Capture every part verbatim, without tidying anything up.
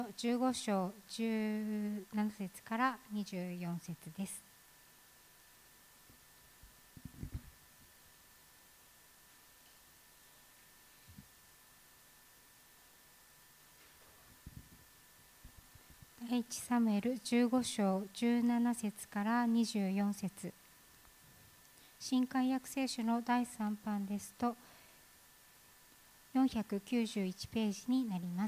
じゅうご章じゅうなな節からにじゅうよん節です。第一サムエルじゅうご章じゅうなな節からにじゅうよん節、新海訳聖書のだいさん版ですとよんひゃくきゅうじゅういちページになります。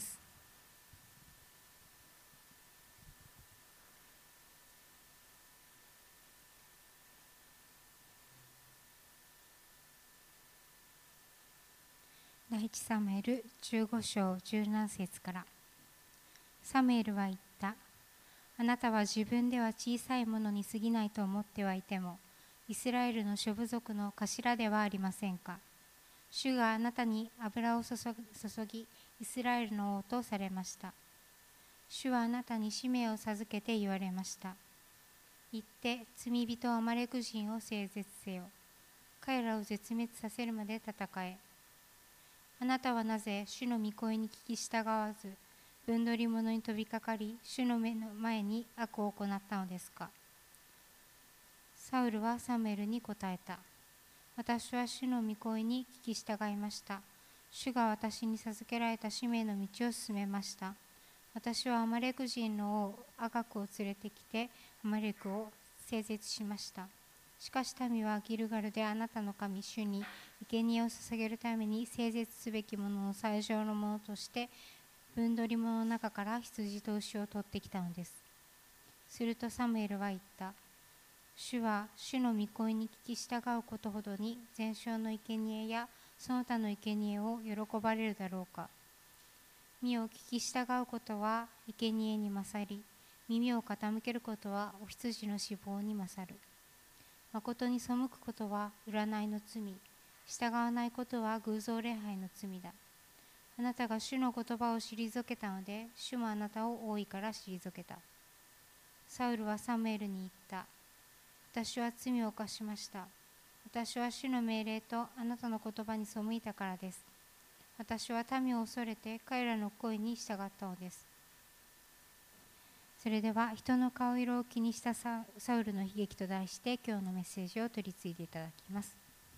第一サムエルじゅうご章じゅうなな節から。サムエルは言った。あなたは自分では小さいものに過ぎないと思ってはいても、イスラエルの諸部族の頭ではありませんか。主があなたに油を注ぎ、イスラエルの王とされました。主はあなたに使命を授けて言われました。行って罪人アマレク人を征絶せよ。彼らを絶滅させるまで戦え。あなたはなぜ主の御声に聞き従わず、分取り者に飛びかかり、主の目の前に悪を行ったのですか。サウルはサムエルに答えた。私は主の御声に聞き従いました。主が私に授けられた使命の道を進めました。私はアマレク人の王アガクを連れてきて、アマレクを征絶しました。しかし民はギルガルであなたの神主に生贄を捧げるために征絶すべきものの最上のものとして分取り物の中から羊と牛を取ってきたのです。するとサムエルは言った。主は主の御声に聞き従うことほどに全焼の生贄やその他の生贄を喜ばれるだろうか。身を聞き従うことは生贄に勝り、耳を傾けることはお羊の脂肪に勝る。誠に背くことは占いの罪、従わないことは偶像礼拝の罪だ。あなたが主の言葉を退けたので、主もあなたを王位から退けた。サウルはサムエルに言った。私は罪を犯しました。私は主の命令とあなたの言葉に背いたからです。私は民を恐れて彼らの声に従ったのです。それでは人の顔色を気にしたサウルの悲劇と題して今日のメッセージを取り次いでいただきます。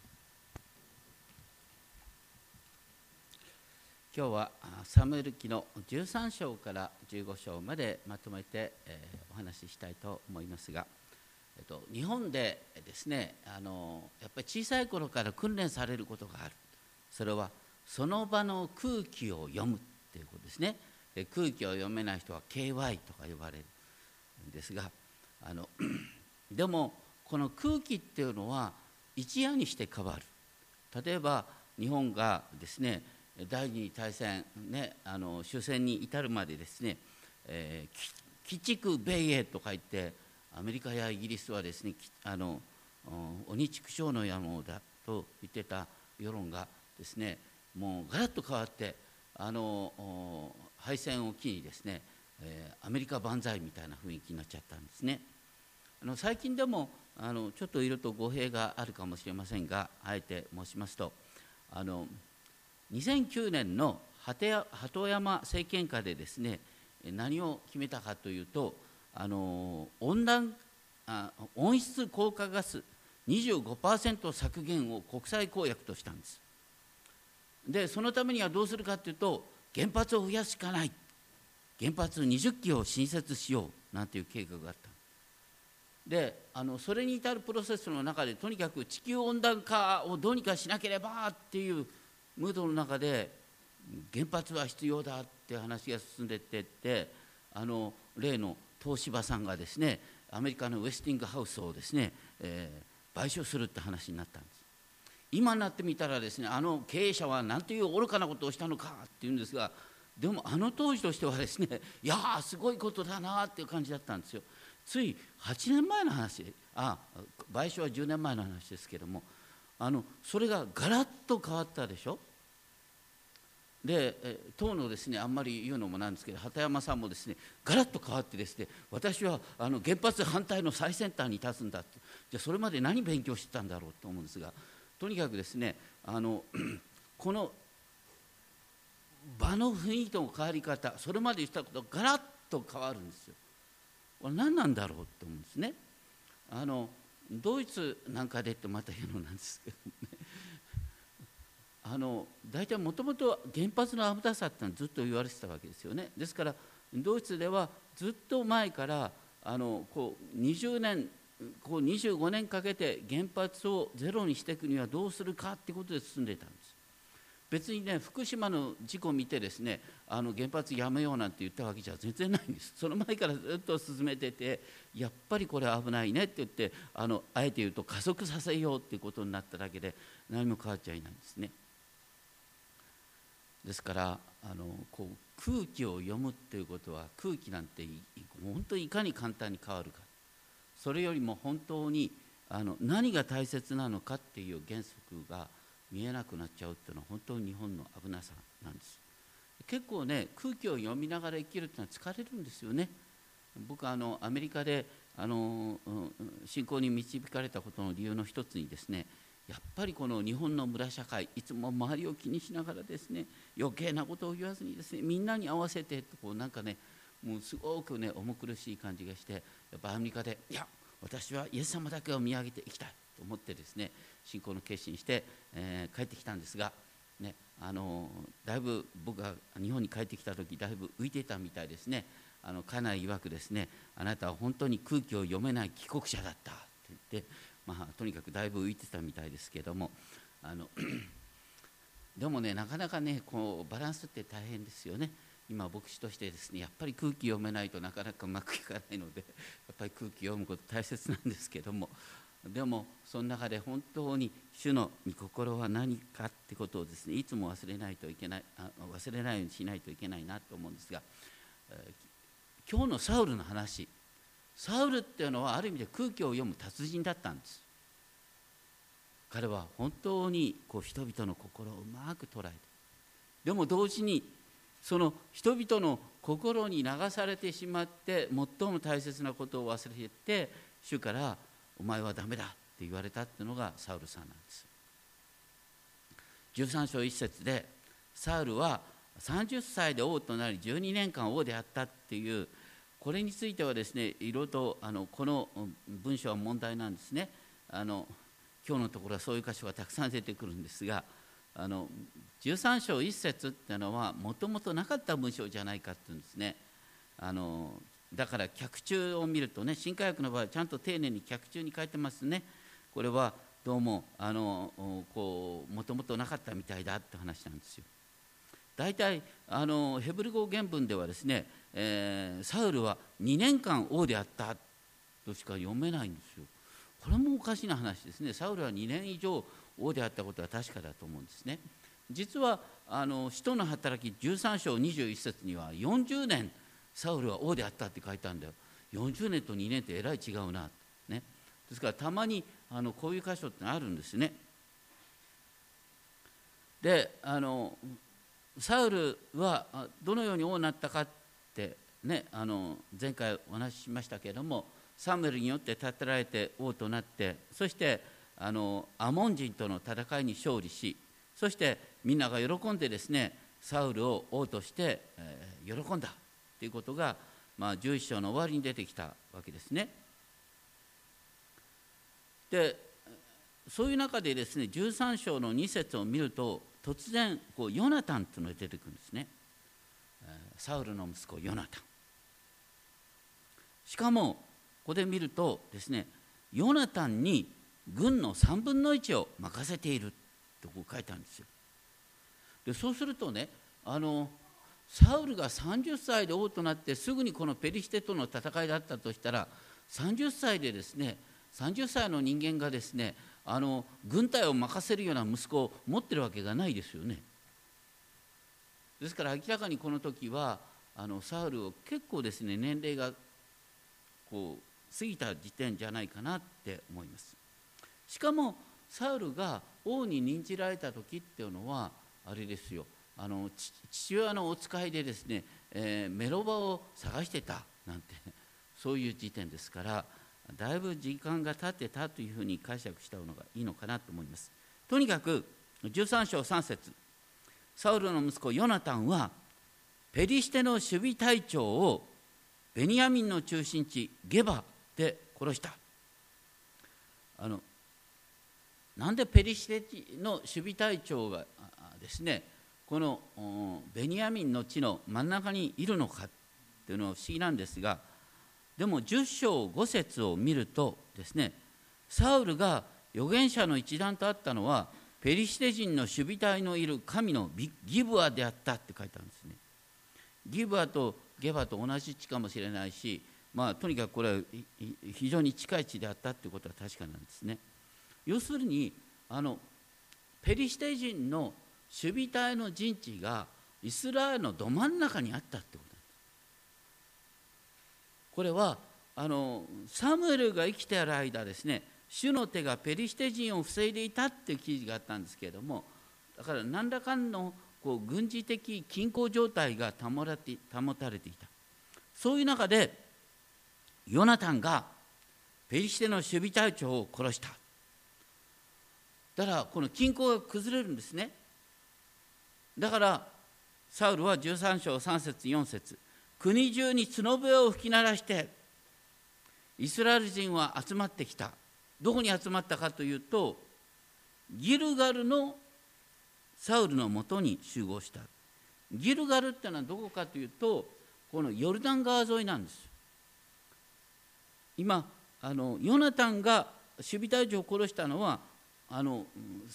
今日はサムエル記のじゅうさん章からじゅうご章までまとめて、えー、お話ししたいと思いますが、えっと、日本でですねあのやっぱり小さい頃から訓練されることがある。それはその場の空気を読むっていうことですね。空気を読めない人は ケーワイ とか呼ばれるんですが、あのでもこの空気っていうのは一夜にして変わる。例えば日本がですね第二次大戦、ね、あの終戦に至るまでですね、えー、鬼畜米英とか言ってアメリカやイギリスはですねあの鬼畜生の野郎だと言ってた世論がですねもうガラッと変わってあの敗戦を機にですね、えー、アメリカ万歳みたいな雰囲気になっちゃったんですね。あの最近でもあのちょっといろいろと語弊があるかもしれませんが、あえて申しますと、あのにせんきゅうねんの鳩山政権下でですね何を決めたかというと、あの温暖あ温室効果ガス にじゅうごパーセント 削減を国際公約としたんです。でそのためにはどうするかというと、原発を増やすしかない、原発にじゅっきを新設しようなんていう計画があった。であのそれに至るプロセスの中でとにかく地球温暖化をどうにかしなければっていうムードの中で原発は必要だって話が進んでいってって、あの例の東芝さんがですねアメリカのウェスティングハウスをですね、えー、買収するって話になったんです。今になってみたらですねあの経営者は何という愚かなことをしたのかっていうんですが、でもあの当時としてはですねいやーすごいことだなっていう感じだったんですよ。ついはちねんまえの話、あ買収はじゅうねんまえの話ですけども、あのそれがガラッと変わったでしょ。で当のですねあんまり言うのもなんですけど鳩山さんもですねガラッと変わってですね、私はあの原発反対の最先端に立つんだって、じゃあそれまで何勉強してたんだろうと思うんですが、とにかくですねあのこの場の雰囲気の変わり方、それまでしたことがガラッと変わるんですよ。これ何なんだろうと思うんですね。あのドイツなんかでってまた言うのなんですけどね、あの大体もともと原発の危なさってのはずっと言われてたわけですよね。ですからドイツではずっと前からあのこうにじゅうねんこうにじゅうごねんかけて原発をゼロにしていくにはどうするかってことで進んでいたんです。別にね、福島の事故を見てですね、あの原発やめようなんて言ったわけじゃ全然ないんです。その前からずっと進めてて、やっぱりこれ危ないねって言って、あのあえて言うと加速させようっていうことになっただけで何も変わっちゃいないんですね。ですからあのこう空気を読むっていうことは、空気なんて本当にいかに簡単に変わるか、それよりも本当にあの何が大切なのかっていう原則が見えなくなっちゃうっていうのは本当に日本の危なさなんです。結構ね、空気を読みながら生きるっていうのは疲れるんですよね。僕はあのアメリカであの信仰に導かれたことの理由の一つにですね、やっぱりこの日本の村社会、いつも周りを気にしながらですね、余計なことを言わずにですね、みんなに合わせてこうなんかね、もうすごくね重苦しい感じがして、やっぱアメリカでいや私はイエス様だけを見上げていきたいと思ってですね、信仰の決心して、えー、帰ってきたんですが、ね、あのだいぶ僕が日本に帰ってきた時だいぶ浮いていたみたいですね。あの家内曰くですね、あなたは本当に空気を読めない帰国者だったって言って、まあ、とにかくだいぶ浮いてたみたいですけども、あのでもね、なかなかねこうバランスって大変ですよね。今牧師としてですね、やっぱり空気読めないとなかなかうまくいかないので、やっぱり空気読むこと大切なんですけども、でもその中で本当に主の御心は何かってことをですね、いつも忘れないといけない、あ忘れないようにしないといけないなと思うんですが、えー、今日のサウルの話、サウルっていうのはある意味で空気を読む達人だったんです。彼は本当にこう人々の心をうまく捉えて、でも同時にその人々の心に流されてしまって最も大切なことを忘れて、主からお前はダメだって言われたっていうのがサウルさんなんです。じゅうさん章いち節で、サウルはさんじゅっさいで王となりじゅうにねんかん王であったっていう、これについてはですね、いろいろとあのこの文章は問題なんですね。あの今日のところはそういう箇所がたくさん出てくるんですが、あのじゅうさん章いち節っていうのはもともとなかった文章じゃないかっていうんですね。あのだから脚注を見るとね、新科学の場合はちゃんと丁寧に脚注に書いてますね。これはどうもあのこうもともとなかったみたいだって話なんですよ。大体あのヘブル語原文ではですね、えー、サウルはにねんかん王であったとしか読めないんですよ。これもおかしな話ですね。サウルはにねん以上王であったことは確かだと思うんですね。実はあの使徒の働きじゅうさん章にじゅういち節にはよんじゅうねんサウルは王であったって書いてあるんだよ。よんじゅうねんとにねんってえらい違うな、ね、ですからたまにあのこういう箇所ってあるんですね。であのサウルはどのように王になったかって、ね、あの前回お話ししましたけれども、サムエルによって立てられて王となって、そしてあのアモン人との戦いに勝利し、そしてみんなが喜んでですね、サウルを王として、えー、喜んだということが、まあ、じゅういち章の終わりに出てきたわけですね。でそういう中でですね、じゅうさん章のに節を見ると、突然こうヨナタンというのが出てくるんですね。サウルの息子ヨナタン。しかもここで見るとですね、ヨナタンに軍のさんぶんのいちを任せているとこう書いてあるんですよ。でそうするとね、あのサウルがさんじゅっさいで王となってすぐにこのペリシテとの戦いだったとしたら、さんじゅっさいでですね、さんじゅっさいの人間がですね、あの軍隊を任せるような息子を持ってるわけがないですよね。ですから明らかにこの時はあのサウルを結構ですね、年齢がこう過ぎた時点じゃないかなって思います。しかもサウルが王に任じられた時っていうのはあれですよ、あの父親のお使いでですね、えー、メロバを探してたなんてそういう時点ですから、だいぶ時間が経ってたというふうに解釈したのがいいのかなと思います。とにかくじゅうさん章さん節、 サウルの息子ヨナタンはペリシテの守備隊長をベニヤミンの中心地ゲバで殺した。あのなんでペリシテの守備隊長がですねこのベニヤミンの地の真ん中にいるのかっていうのは不思議なんですが、でもじゅっ章ご節を見るとですね、サウルが預言者の一団と会ったのはペリシテ人の守備隊のいる神のギブアであったって書いてあるんですね。ギブアとゲバと同じ地かもしれないし、まあとにかくこれは非常に近い地であったということは確かなんですね。要するにあのペリシテ人の守備隊の陣地がイスラエルのど真ん中にあったってことなんです。これはあのサムエルが生きている間ですね、主の手がペリシテ人を防いでいたっていう記事があったんですけれども、だから何らかのこう軍事的均衡状態が保らて保たれていた。そういう中でヨナタンがペリシテの守備隊長を殺した。だからこの均衡が崩れるんですね。だからサウルはじゅうさん章さん節よん節、国中に角笛を吹き鳴らしてイスラエル人は集まってきた。どこに集まったかというとギルガルのサウルのもとに集合した。ギルガルってのはどこかというとこのヨルダン川沿いなんです。今あのヨナタンが守備隊長を殺したのはあの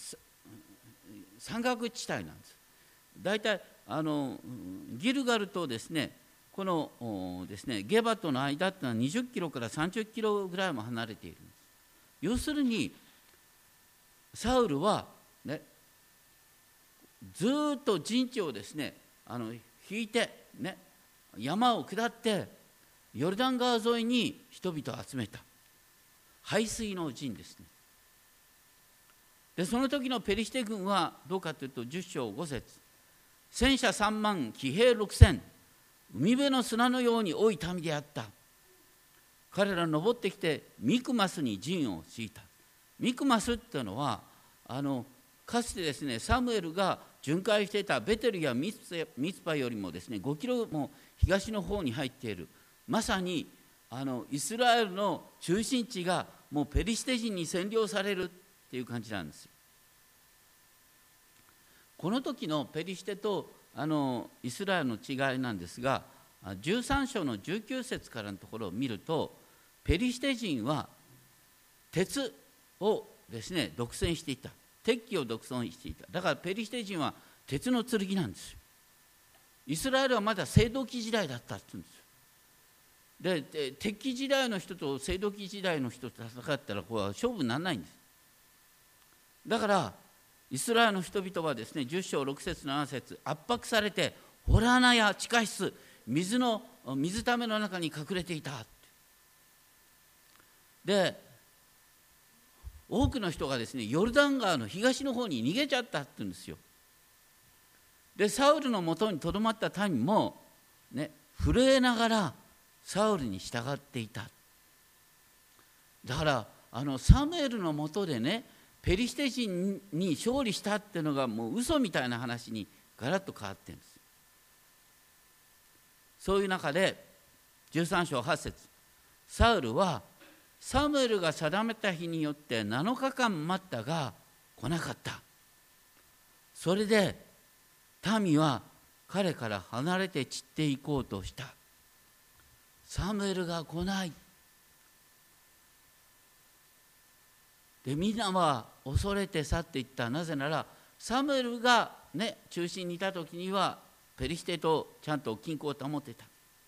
山岳地帯なんです。だいたいあのギルガルとですねこのですねゲバとの間ってのはにじゅっキロからさんじゅっキロぐらいも離れているんです。要するにサウルはねずっと陣地をですねあの引いてね山を下ってヨルダン川沿いに人々を集めた排水の陣ですね。でその時のペリシテ軍はどうかというとじゅっ章ご節、戦車さんまん騎兵ろくせん、海辺の砂のように多い民であった。彼ら登ってきてミクマスに陣を敷いた。ミクマスっていうのはあのかつてですねサムエルが巡回していたベテルやミツパよりもですねごキロも東の方に入っている、まさにあのイスラエルの中心地がもうペリシテ人に占領されるっていう感じなんですよ。この時のペリシテとあのイスラエルの違いなんですが、じゅうさん章のじゅうきゅう節からのところを見るとペリシテ人は鉄をですね独占していた。鉄器を独占していた。だからペリシテ人は鉄の剣なんですよ。イスラエルはまだ青銅器時代だったって言うんですよ。で鉄器時代の人と青銅器時代の人と戦ったらこれは勝負にならないんです。だからイスラエルの人々はですねじゅっ章ろく節なな節、圧迫されて洞穴や地下室、水の水ための中に隠れていた。で多くの人がですねヨルダン川の東の方に逃げちゃったって言うんですよ。でサウルのもとにとどまった民もね震えながらサウルに従っていた。だからあのサムエルのもとでねペリシテ人に勝利したっていうのがもう嘘みたいな話にガラッと変わってるんです。そういう中でじゅうさん章はち節、サウルはサムエルが定めた日によってなのかかん待ったが来なかった。それで民は彼から離れて散っていこうとした。サムエルが来ない。でみんなは恐れて去っていった。なぜならサムエルがね中心にいた時にはペリシテとちゃんと均衡を保っていた。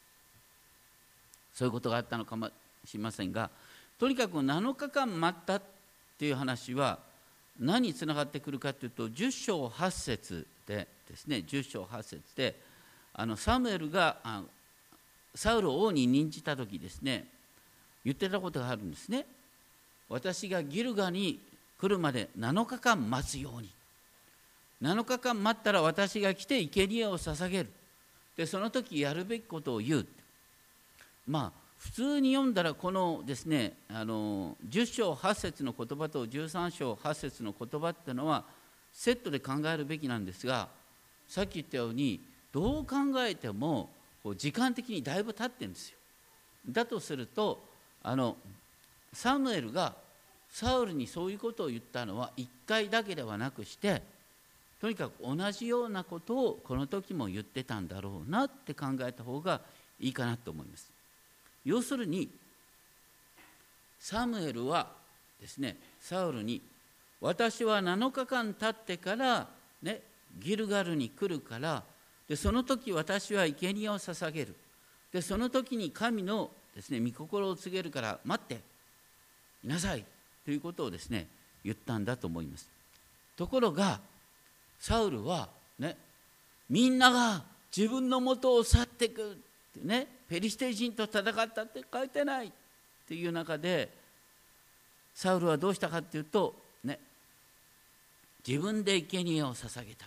そういうことがあったのかもしれませんが、とにかくなのかかん待ったっていう話は何につながってくるかというとじゅっ章はち節でですねじゅっ章はち節であのサムエルがあサウルを王に任じた時ですね言ってたことがあるんですね。私がギルガに来るまでなのかかん待つように、なのかかん待ったら私が来て生贄を捧げる。でその時やるべきことを言う。まあ普通に読んだらこのですねあのじゅっ章はち節の言葉とじゅうさん章はち節の言葉っていうのはセットで考えるべきなんですが、 さっき言ったようにどう考えても時間的にだいぶ経ってるんですよ。だとするとあのサムエルがサウルにそういうことを言ったのはいっかいだけではなくして、とにかく同じようなことをこの時も言ってたんだろうなって考えた方がいいかなと思います。要するにサムエルはですね、サウルに私はなのかかん経ってからねギルガルに来るから、でその時私は生贄を捧げる、でその時に神のですね御心を告げるから待っていなさいということをですね言ったんだと思います。ところがサウルはね、みんなが自分の元を去っていくってね、ペリシテ人と戦ったって書いてないっていう中で、サウルはどうしたかっていうとね、自分で生贄を捧げたってことなんです。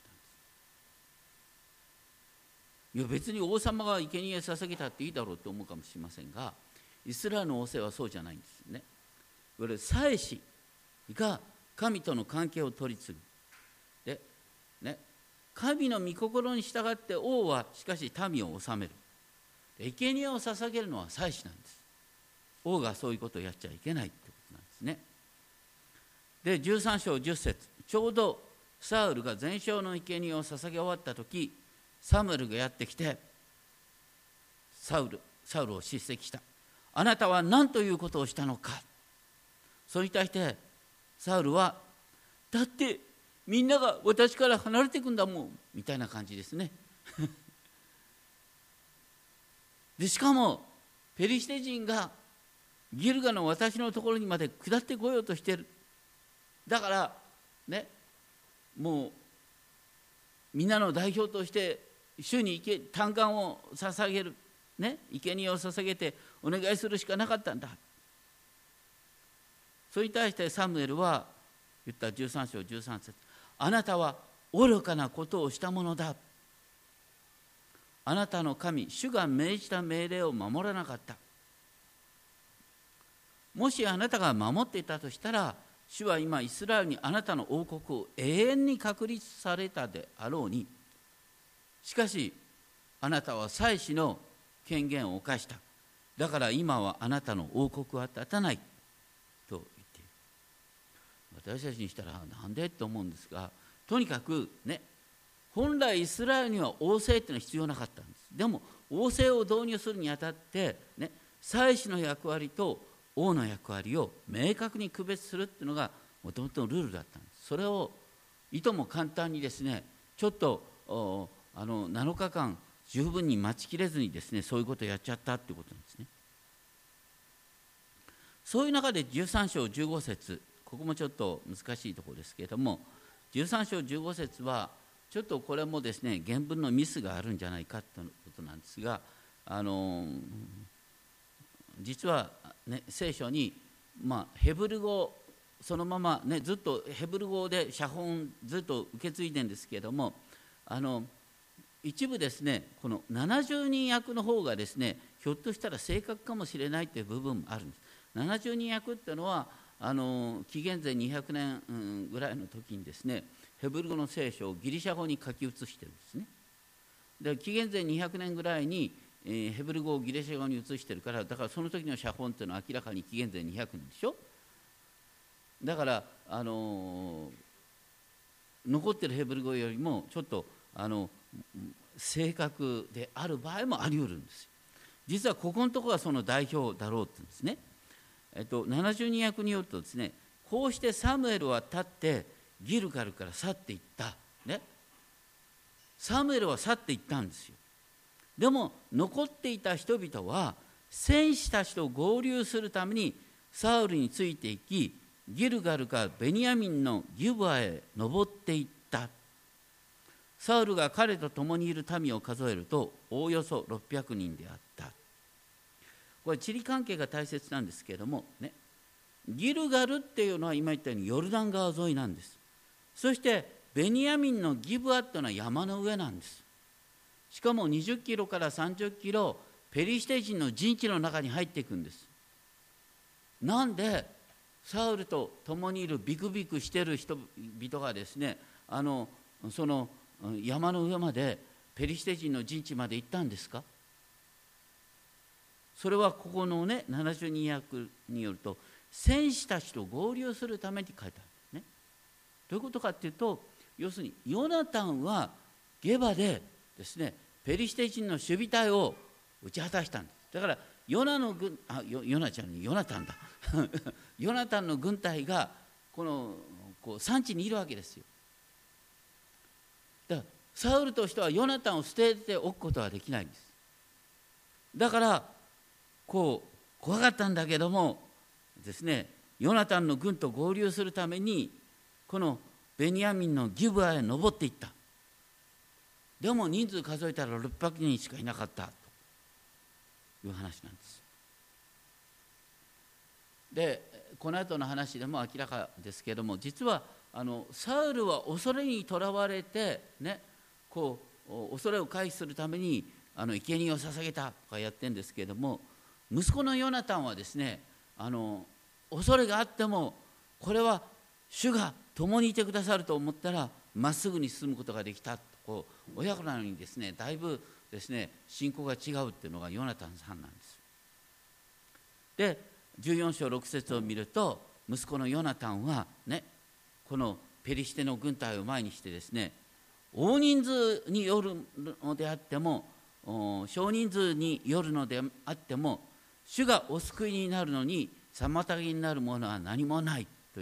いや別に王様が生贄捧げたっていいだろうと思うかもしれませんが、イスラエルの王政はそうじゃないんですよね。これ祭司が神との関係を取り継ぐ。でね、神の御心に従って王はしかし民を治める。生贄を捧げるのは祭司なんです。王がそういうことをやっちゃいけないってことなんですね。でじゅうさん章じゅっ節、ちょうどサウルが全焼の生贄を捧げ終わった時、サムエルがやってきてサウルサウルを叱責した。あなたは何ということをしたのか。それに対してサウルはだってみんなが私から離れていくんだもんみたいな感じですねでしかもペリシテ人がギルガの私のところにまで下ってこようとしている。だからね、もうみんなの代表として主に嘆願を捧げるね、生贄を捧げてお願いするしかなかったんだ。それに対してサムエルは言ったじゅうさん章じゅうさん節、あなたは愚かなことをしたものだ。あなたの神主が命じた命令を守らなかった。もしあなたが守っていたとしたら、主は今イスラエルにあなたの王国を永遠に確立されたであろうに、しかしあなたは祭司の権限を犯した。だから今はあなたの王国は立たないと言っている。私たちにしたらなんでと思うんですが、とにかくね、本来イスラエルには王政っていうのは必要なかったんです。でも王政を導入するにあたってね、祭司の役割と王の役割を明確に区別するっていうのがもともとのルールだったんです。それをいとも簡単にですね、ちょっとあのなのかかん十分に待ちきれずにですね、そういうことをやっちゃったっていうことなんですね。そういう中でじゅうさん章じゅうご節、ここもちょっと難しいところですけれども、じゅうさん章じゅうご節はちょっとこれもですね、原文のミスがあるんじゃないかということなんですが、あの実は、ね、聖書に、まあ、ヘブル語そのまま、ね、ずっとヘブル語で写本ずっと受け継いでるんですけれども、あの一部ですね、このななじゅうにん訳の方がですね、ひょっとしたら正確かもしれないという部分もあるんです。ななじゅうにん訳っていうのはあの紀元前にひゃくねんぐらいの時にですね、ヘブル語の聖書をギリシャ語に書き写してるんですね。で紀元前にひゃくねんぐらいに、えー、ヘブル語をギリシャ語に写してるから、だからその時の写本っていうのは明らかに紀元前にひゃくねんでしょ。だからあのー、残ってるヘブル語よりもちょっとあの正確である場合もあり得るんですよ。実はここのところがその代表だろうって言うんですね。えっと、ななじゅうにん訳によるとですね、こうしてサムエルは立ってギルガルから去っていった、ね、サムエルは去っていったんですよ。でも残っていた人々は戦士たちと合流するためにサウルについていき、ギルガルからベニヤミンのギブアへ登っていった。サウルが彼と共にいる民を数えるとおおよそろっぴゃくにんであった。これ地理関係が大切なんですけれどもね、ギルガルっていうのは今言ったようにヨルダン川沿いなんです。そしてベニヤミンのギブアっていうのは山の上なんです。しかもにじゅっキロからさんじゅっキロペリシテ人の陣地の中に入っていくんです。なんでサウルと共にいるビクビクしている人々がですね、あのその山の上までペリシテ人の陣地まで行ったんですか？それはここのねななじゅうに訳によると、戦士たちと合流するために書いてあるね。どういうことかっていうと、要するにヨナタンはゲバでですねペリシテ人の守備隊を打ち果たしたんです。だからヨナの軍あヨヨナちゃんにヨナタンだヨナタンの軍隊がこのこう山地にいるわけですよ。だからサウルとしてはヨナタンを捨てておくことはできないんです。だからこう怖かったんだけどもですね、ヨナタンの軍と合流するためにこのベニヤミンのギブアへ登っていった。でも人数数えたらろっぴゃくにんしかいなかったという話なんです。でこの後の話でも明らかですけれども、実はあのサウルは恐れにとらわれてね、こう恐れを回避するためにあの生贄を捧げたとかやってるんですけれども、息子のヨナタンはですね、あの恐れがあってもこれは主が共にいてくださると思ったらまっすぐに進むことができたと、こう親子なのにですねだいぶですね信仰が違うっていうのがヨナタンさんなんです。でじゅうよん章ろく節を見ると、息子のヨナタンはねこのペリシテの軍隊を前にしてですね、大人数によるのであっても少人数によるのであっても主がお救いになるのに妨げになるものは何もないと言って、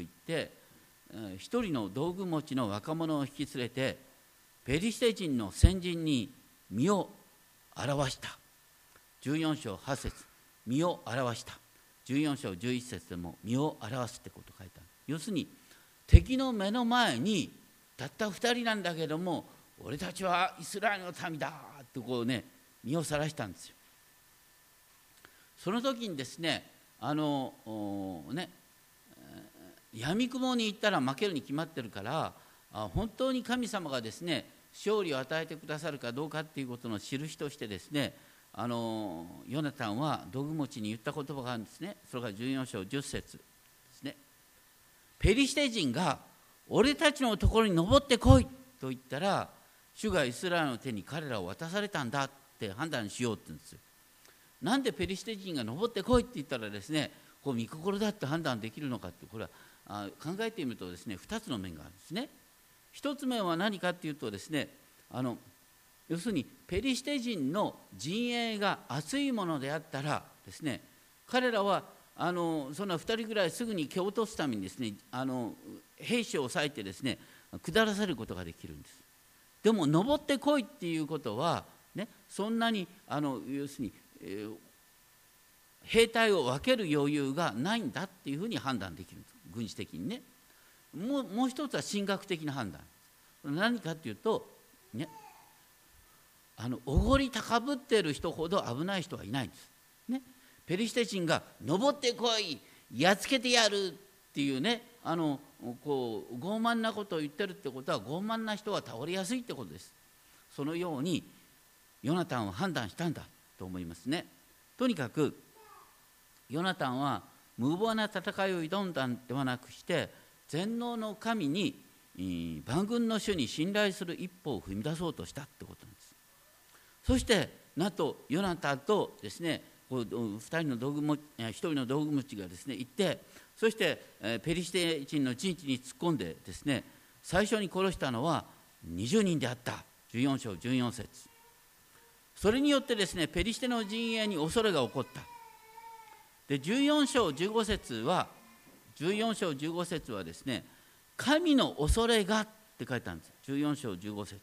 一人の道具持ちの若者を引き連れてペリシテ人の先人に身を表した。じゅうよん章はち節、身を表した。じゅうよん章じゅういち節でも身を表すってこと書いてある。要するに敵の目の前にたったふたりなんだけども、俺たちはイスラエルの民だってこうね身をさらしたんですよ。その時にですね、あのね闇雲に行ったら負けるに決まってるから、本当に神様がですね勝利を与えてくださるかどうかっていうことの印としてですね、あのヨナタンは道具持ちに言った言葉があるんですね。それがじゅうよん章じゅう節ですね。ペリシテ人が俺たちのところに登ってこいと言ったら、主がイスラエルの手に彼らを渡されたんだって判断しようって言うんですよ。なんでペリシテ人が登ってこいって言ったらですね、こう御心だって判断できるのかって、これはあ考えてみるとですねふたつの面があるんですね。一つ目は何かっていうとですね、あの要するにペリシテ人の陣営が厚いものであったらですね、彼らはあのそんなふたりぐらいすぐに蹴落とすためにですね、あの兵士を抑えてですね下らせることができるんです。でも登ってこいっていうことはね、そんなにあの要するに、えー、兵隊を分ける余裕がないんだっていうふうに判断できるんです、軍事的にね。もう、もう一つは神学的な判断。何かっていうとね、あのおごり高ぶっている人ほど危ない人はいないんですね。ペリシテ人が登ってこい、やっつけてやるっていうね、あのこう傲慢なことを言ってるってことは、傲慢な人は倒れやすいってことです。そのようにヨナタンは判断したんだと思いますね。とにかくヨナタンは無謀な戦いを挑んだんではなくして、全能の神に万軍の主に信頼する一歩を踏み出そうとしたってことなんです。そしてなんとヨナタンとですね、こうふたりの道具もひとりの道具持ちがですね行って、そしてペリシテ人の陣地に突っ込んでですね、最初に殺したのはにじゅうにんであった。じゅうよん章じゅうよん節。それによってですねペリシテの陣営に恐れが起こった。でじゅうよん章じゅうご節はじゅうよん章じゅうご節はですね、神の恐れがって書いてあるんです。じゅうよん章じゅうご節、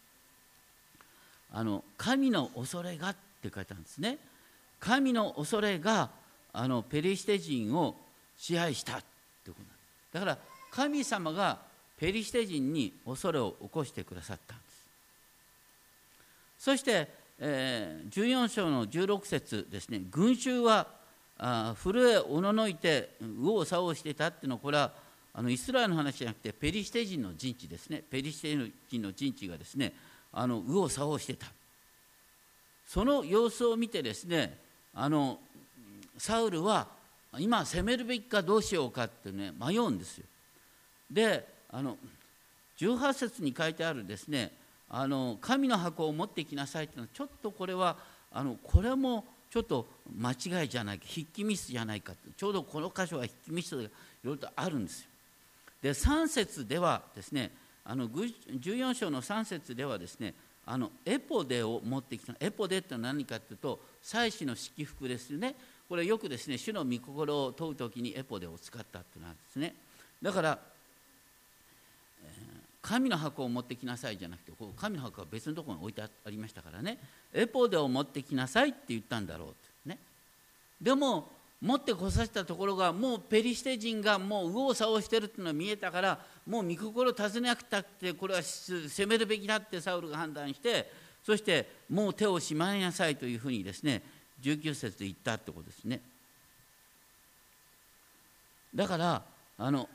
あの神の恐れがって書いてあるんですね。神の恐れがあのペリシテ人を支配したってことなんです。だから神様がペリシテ人に恐れを起こしてくださったんです。そして、えー、じゅうよん章のじゅうろく節ですね、群衆はあ震えおののいて右往左往していたっていうのは、これはあのイスラエルの話じゃなくてペリシテ人の陣地ですね。ペリシテ人の陣地がですねあの右往左往してた。その様子を見てですね、あのサウルは今攻めるべきかどうしようかってね迷うんですよ。であのじゅうはち節に書いてあるですね、 あの神の箱を持ってきなさいというのはちょっとこれはあのこれもちょっと間違いじゃないか、筆記ミスじゃないか、ちょうどこの箇所は筆記ミスがいろいろとあるんですよ。でさん節ではですね、あのじゅうよん章のさん節ではですね、あのエポデを持ってきた。エポデって何かというと祭司の式服ですよね。これよくですね、主の御心を問うときにエポデを使ったというのなんですね。だから神の箱を持ってきなさいじゃなくて、神の箱は別のところに置いてありましたからね、エポデを持ってきなさいって言ったんだろうとね。でも持ってこさせたところが、もうペリシテ人がもう右往左往してるっていうのが見えたから、もう御心を尋ねなくたって、これは攻めるべきだってサウルが判断して、そしてもう手をしまいなさいというふうにですね、じゅうきゅう節で言ったってことですね。だからあの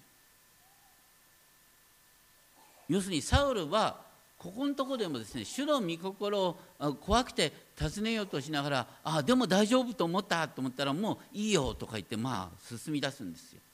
要するにサウルはここのところでもですね、主の御心を怖くて尋ねようとしながら、ああでも大丈夫と思ったと思ったら、もういいよとか言って、まあ進み出すんですよ。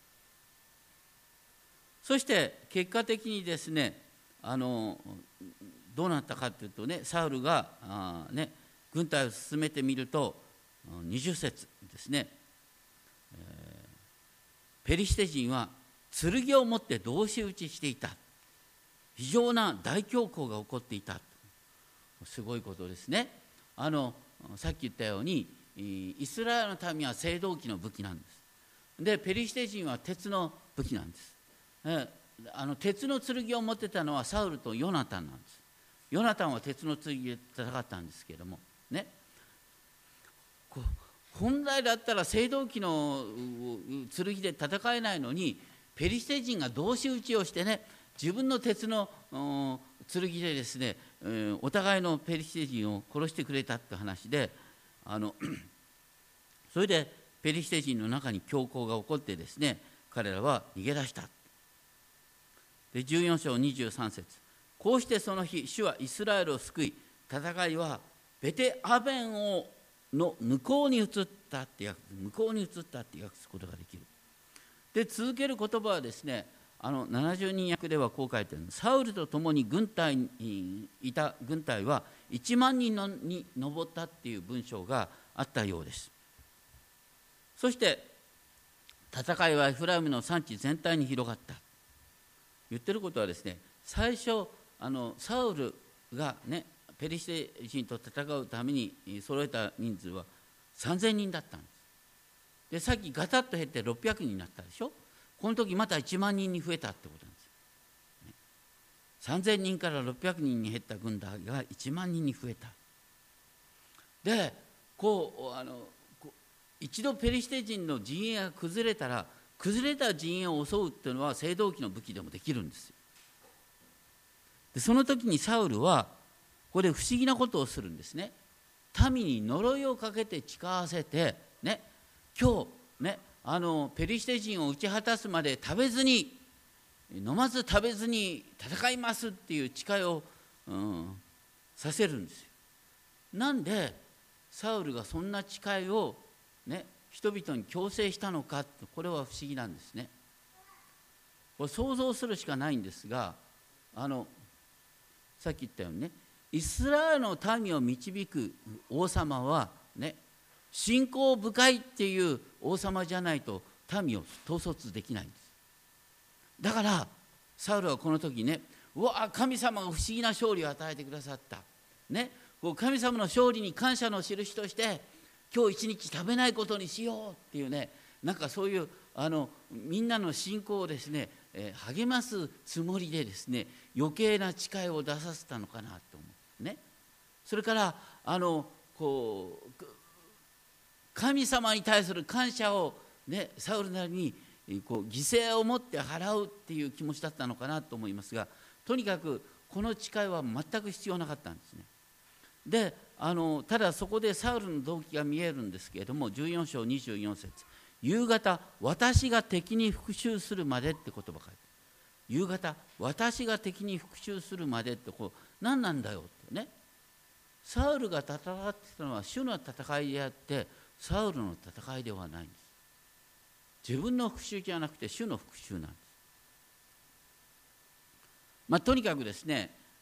そして結果的にですね、あのどうなったかというとね、サウルがあ、ね、軍隊を進めてみるとにじゅう節ですね、えー、ペリシテ人は剣を持って同士討ちしていた。非常な大恐慌が起こっていた。すごいことですね。あのさっき言ったように、イスラエルの民は青銅器の武器なんです。でペリシテ人は鉄の武器なんです。えあの鉄の剣を持ってたのはサウルとヨナタンなんです。ヨナタンは鉄の剣で戦ったんですけれどもね、こう本来だったら青銅器の剣で戦えないのに、ペリシテ人が同士討ちをしてね、自分の鉄の剣でですね、お互いのペリシテ人を殺してくれたって話で、あのそれでペリシテ人の中に恐慌が起こってですね、彼らは逃げ出した。でじゅうよん章にじゅうさん節、こうしてその日、主はイスラエルを救い、戦いはベテアベンをの向こうに移ったって訳向こうに移ったって訳すことができる。で続ける言葉はですね、あのななじゅうにん訳ではこう書いてある。サウルと共に軍隊にいた軍隊はいちまんにんのに上ったっていう文章があったようです。そして戦いはエフライムの山地全体に広がった。言ってることはですね、最初あのサウルがねペリシテ人と戦うために揃えた人数はさんぜんにんだったんです。でさっきガタッと減ってろっぴゃくにんになったでしょ。この時またいちまんにんに増えたってことなんですよ、ね、さんぜんにんからろっぴゃくにんに減った軍隊がいちまんにんに増えた。でこうあのこう一度ペリシテ人の陣営が崩れたら、崩れた陣営を襲うっていうのは青銅器の武器でもできるんですよ。でその時にサウルはここで不思議なことをするんですね。民に呪いをかけて誓わせてね、今日ねあのペリシテ人を打ち果たすまで食べずに飲まず食べずに戦いますっていう誓いを、うん、させるんですよ。なんでサウルがそんな誓いを、ね、人々に強制したのかって、これは不思議なんですね。これ想像するしかないんですが、あのさっき言ったようにね、イスラエルの民を導く王様はね、信仰深いっていう王様じゃないと民を統率できないんです。だからサウルはこの時ね、うわ神様が不思議な勝利を与えてくださったね、神様の勝利に感謝の印として今日一日食べないことにしようっていうね、なんかそういうあのみんなの信仰をですね、えー、励ますつもりでですね、余計な誓いを出させたのかなと思うね。それからあのこう神様に対する感謝を、ね、サウルなりにこう犠牲を持って払うっていう気持ちだったのかなと思いますが、とにかくこの誓いは全く必要なかったんですね。であのただそこでサウルの動機が見えるんですけれども、じゅうよん章にじゅうよん節、夕方私が敵に復讐するまでって言葉が書いてある。夕方私が敵に復讐するまでってこう何なんだよってね。サウルが戦ってたのは主の戦いであってサウルの戦いではないんです。自分の復讐じゃなくて主の復讐なんです。まあ、とにかくですね、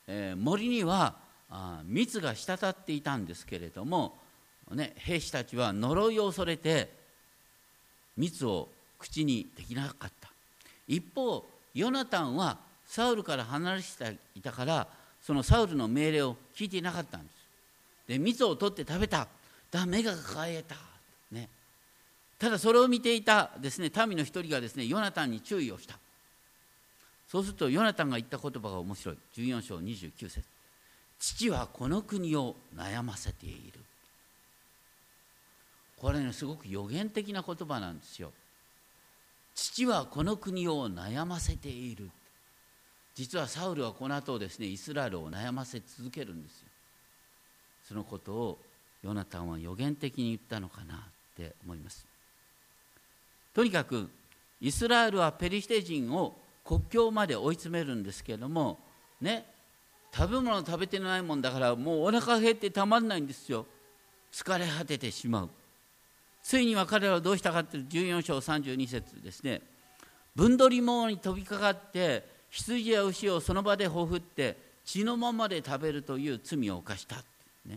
えー、森にはあ蜜が滴っていたんですけれども、ね、兵士たちは呪いを恐れて蜜を口にできなかった。一方ヨナタンはサウルから離れていたから、そのサウルの命令を聞いていなかったんです。で蜜を取って食べた。だ目が輝いた、ね、ただそれを見ていたですね民の一人がですねヨナタンに注意をした。そうするとヨナタンが言った言葉が面白い。じゅうよん章にじゅうきゅう節、父はこの国を悩ませている。これねすごく予言的な言葉なんですよ。父はこの国を悩ませている。実はサウルはこの後ですねイスラエルを悩ませ続けるんですよ。そのことをヨナタンは予言的に言ったのかなって思います。とにかくイスラエルはペリシテ人を国境まで追い詰めるんですけれどもね、食べ物食べてないもんだからもうお腹減ってたまんないんですよ。疲れ果ててしまう。ついには彼らはどうしたかというとじゅうよん章さんじゅうに節ですね、分取り網に飛びかかって羊や牛をその場でほふって血のままで食べるという罪を犯した、ね、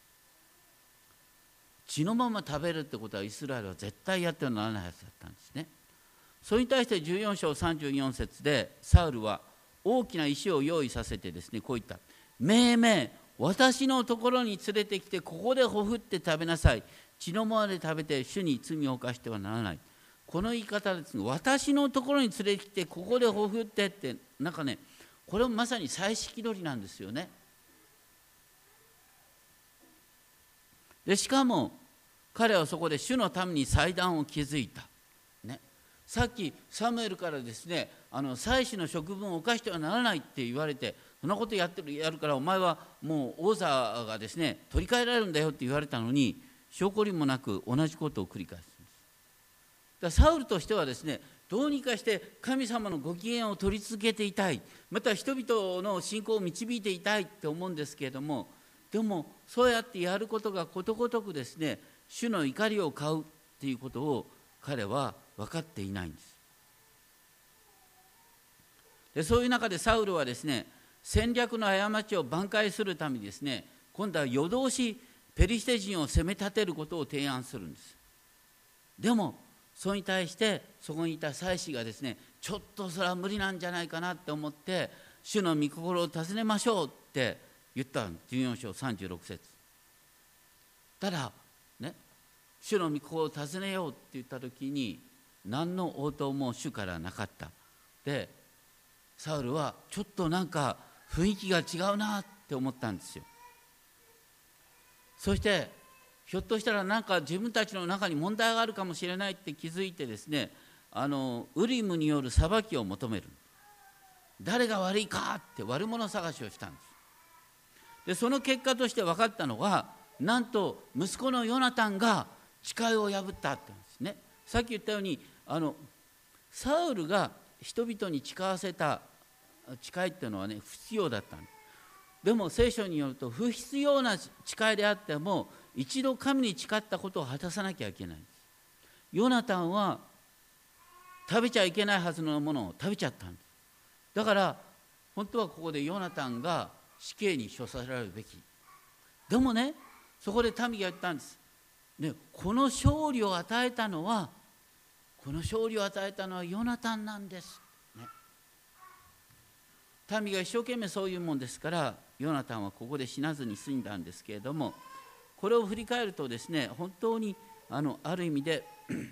血のまま食べるってことはイスラエルは絶対やってはならないはずだったんですね。それに対してじゅうよん章さんじゅうよん節でサウルは大きな石を用意させてですねこう言った。めいめい私のところに連れてきてここでほふって食べなさい。血のままで食べて主に罪を犯してはならない。この言い方ですね、私のところに連れてきてここでほふってってなんかねこれもまさに祭式取りなんですよね。でしかも彼はそこで主のために祭壇を築いた、ね、さっきサムエルからですねあの祭司の職分を犯してはならないって言われて、そんなことやってるやるからお前はもう王座がですね取り替えられるんだよって言われたのに証拠りもなく同じことを繰り返すんです。だからサウルとしてはですねどうにかして神様のご機嫌を取り続けていたい、また人々の信仰を導いていたいって思うんですけれども、でもそうやってやることがことごとくですね主の怒りを買うっていうことを彼は分かっていないんです。でそういう中でサウルはですね戦略の過ちを挽回するためにですね今度は夜通しペリシテ人を攻め立てることを提案するんです。でもそれに対してそこにいた祭司がですねちょっとそれは無理なんじゃないかなって思って主の御心を尋ねましょうって言ったじゅうよん章さんじゅうろく節。ただね主の御心を尋ねようって言った時に何の応答も主からなかった。でサウルはちょっとなんか雰囲気が違うなって思ったんですよ。そしてひょっとしたらなんか自分たちの中に問題があるかもしれないって気づいてですねあのウリムによる裁きを求める。誰が悪いかって悪者探しをしたんです。でその結果として分かったのはなんと息子のヨナタンが誓いを破ったって言うんですね。さっき言ったようにあのサウルが人々に誓わせた誓いっていうのはね不必要だったんです。でも聖書によると不必要な誓いであっても一度神に誓ったことを果たさなきゃいけないんです。ヨナタンは食べちゃいけないはずのものを食べちゃったんです。だから本当はここでヨナタンが死刑に処されるべき。でもねそこで民が言ったんです、ね、この勝利を与えたのはこの勝利を与えたのはヨナタンなんです、ね、民が一生懸命そういうもんですからヨナタンはここで死なずに済んだんですけれども、これを振り返るとですね本当に あのある意味で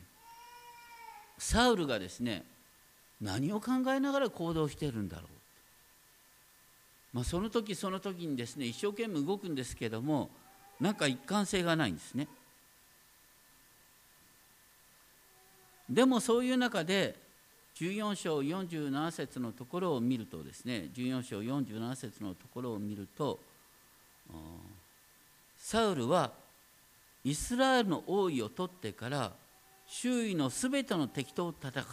サウルがですね何を考えながら行動しているんだろう、まあ、その時その時にですね一生懸命動くんですけどもなんか一貫性がないんですね。でもそういう中でじゅうよん章よんじゅうなな節のところを見るとですねじゅうよん章よんじゅうなな節のところを見るとサウルはイスラエルの王位を取ってから周囲のすべての敵と戦った、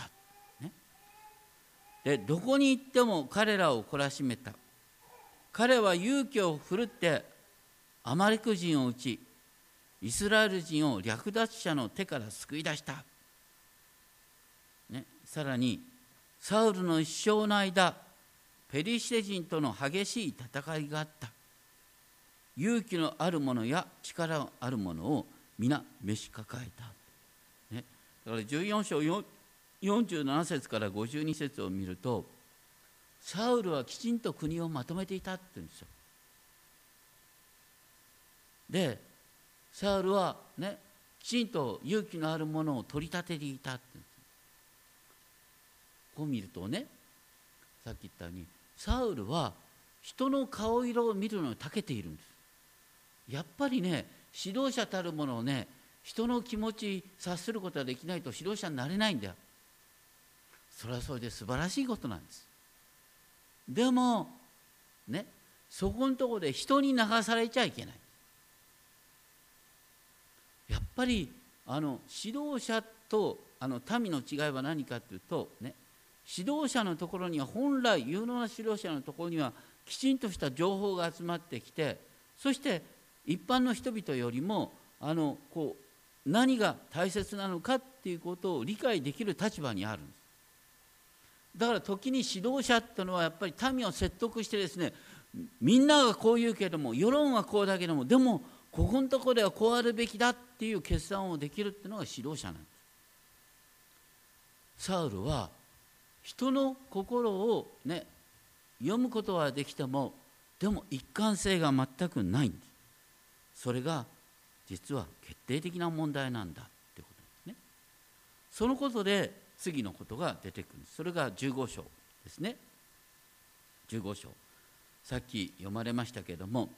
ね、でどこに行っても彼らを懲らしめた。彼は勇気を振るってアマレク人を撃ちイスラエル人を略奪者の手から救い出した、ね、さらにサウルの一生の間ペリシテ人との激しい戦いがあった。勇気のある者や力のある者を皆召し抱えた、ね、だからじゅうよん章よんじゅうなな節からごじゅうに節を見ると、サウルはきちんと国をまとめていたって言うんですよ。でサウルはね、きちんと勇気のあるものを取り立てていたって言うんです。こう見るとね、さっき言ったようにサウルは人の顔色を見るのに長けているんです。やっぱりね、指導者たるものをね、人の気持ち察することができないと指導者になれないんだよ。それはそれで素晴らしいことなんです。でもね、そこのところで人に流されちゃいけない。やっぱりあの指導者とあの民の違いは何かというとね、指導者のところには本来有能な指導者のところにはきちんとした情報が集まってきて、そして一般の人々よりもあのこう何が大切なのかっていうことを理解できる立場にあるんです。だから時に指導者っていうのはやっぱり民を説得してですね、みんながこう言うけども世論はこうだけども、でもここのところではこうあるべきだっていう決断をできるっていうのが指導者なんです。サウルは人の心をね読むことはできても、でも一貫性が全くないんです。それが実は決定的な問題なんだってことですね。そのことで次のことが出てくるんです。それがじゅうご章ですね。じゅうご章、さっき読まれましたけれども、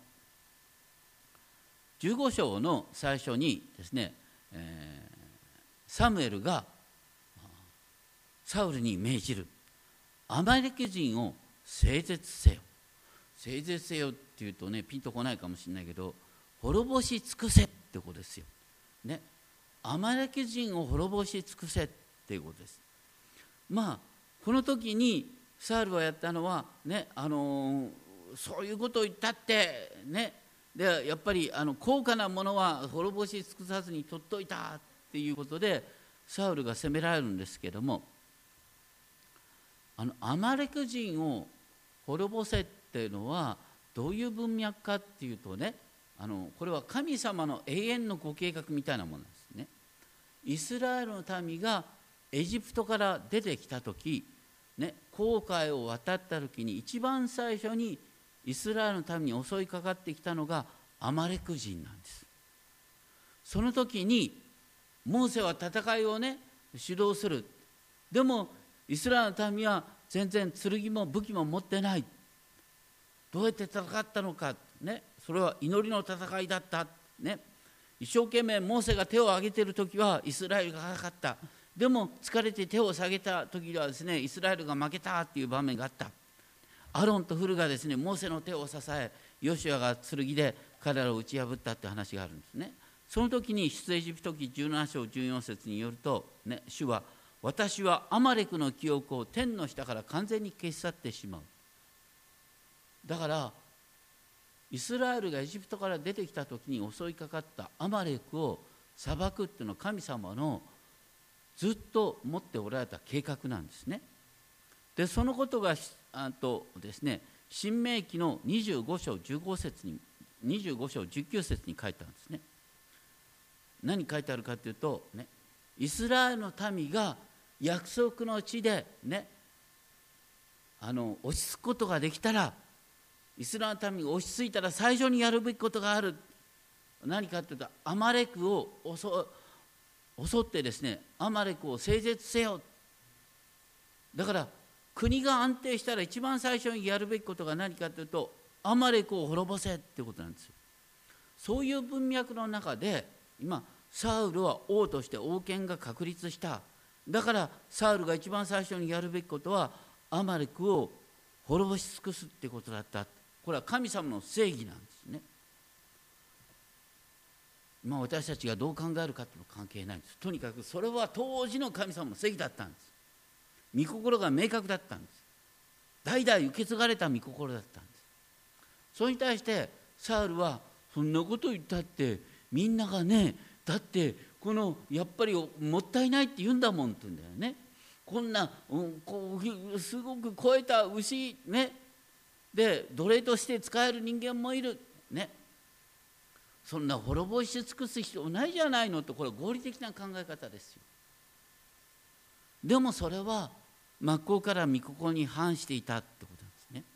じゅうご章の最初にですね、えー、サムエルがサウルに命じる。アマレク人を整絶せよ。整絶せよっていうとね、ピンとこないかもしれないけど、滅ぼし尽くせってことですよ。ね、アマレク人を滅ぼし尽くせっていうことです。まあこの時にサウルはやったのはね、あのー、そういうことを言ったってね、でやっぱりあの高価なものは滅ぼし尽くさずに取っといたっていうことでサウルが責められるんですけども、あのアマレク人を滅ぼせっていうのはどういう文脈かっていうとね、あのこれは神様の永遠のご計画みたいなものなんですね。イスラエルの民がエジプトから出てきた時、ね、紅海を渡った時に一番最初にイスラエルの民に襲いかかってきたのがアマレク人なんです。その時にモーセは戦いをね主導する。でもイスラエルの民は全然剣も武器も持ってない。どうやって戦ったのか、ね、それは祈りの戦いだった、ね、一生懸命モーセが手を挙げている時はイスラエルが勝った。でも疲れて手を下げた時はですね、イスラエルが負けたっていう場面があった。アロンとフルがですねモーセの手を支え、ヨシュアが剣で彼らを打ち破ったって話があるんですね。その時に出エジプト記じゅうなな章じゅうよん節によると、ね、主は私はアマレクの記憶を天の下から完全に消し去ってしまう。だからイスラエルがエジプトから出てきた時に襲いかかったアマレクを裁くっていうのは神様のずっと持っておられた計画なんですね。でそのことがあとですね、申命記のにじゅうご章じゅうご節ににじゅうご章じゅうきゅう節に書いてあるんですね。何書いてあるかというと、ね、イスラエルの民が約束の地でね、あの落ち着くことができたら、イスラエルの民が落ち着いたら最初にやるべきことがある。何かというとアマレクを襲襲ってですね、アマレクを整絶せよ。だから国が安定したら一番最初にやるべきことが何かというとアマレクを滅ぼせってことなんですよ。そういう文脈の中で今サウルは王として王権が確立した。だからサウルが一番最初にやるべきことはアマレクを滅ぼし尽くすってことだった。これは神様の正義なんですね。まあ私たちがどう考えるかというのは関係ないんです。とにかくそれは当時の神様の正義だったんです。御心が明確だったんです。代々受け継がれた御心だったんです。それに対してサウルはそんなこと言ったってみんながね、だってこのやっぱりもったいないって言うんだもんって言うんだよね。こんな、うん、こうすごく肥えた牛ね、 で奴隷として使える人間もいるね。そんな滅ぼし尽くす必要ないじゃないのと、これは合理的な考え方ですよ。でもそれは真っ向から御心に反していたってことなんですね。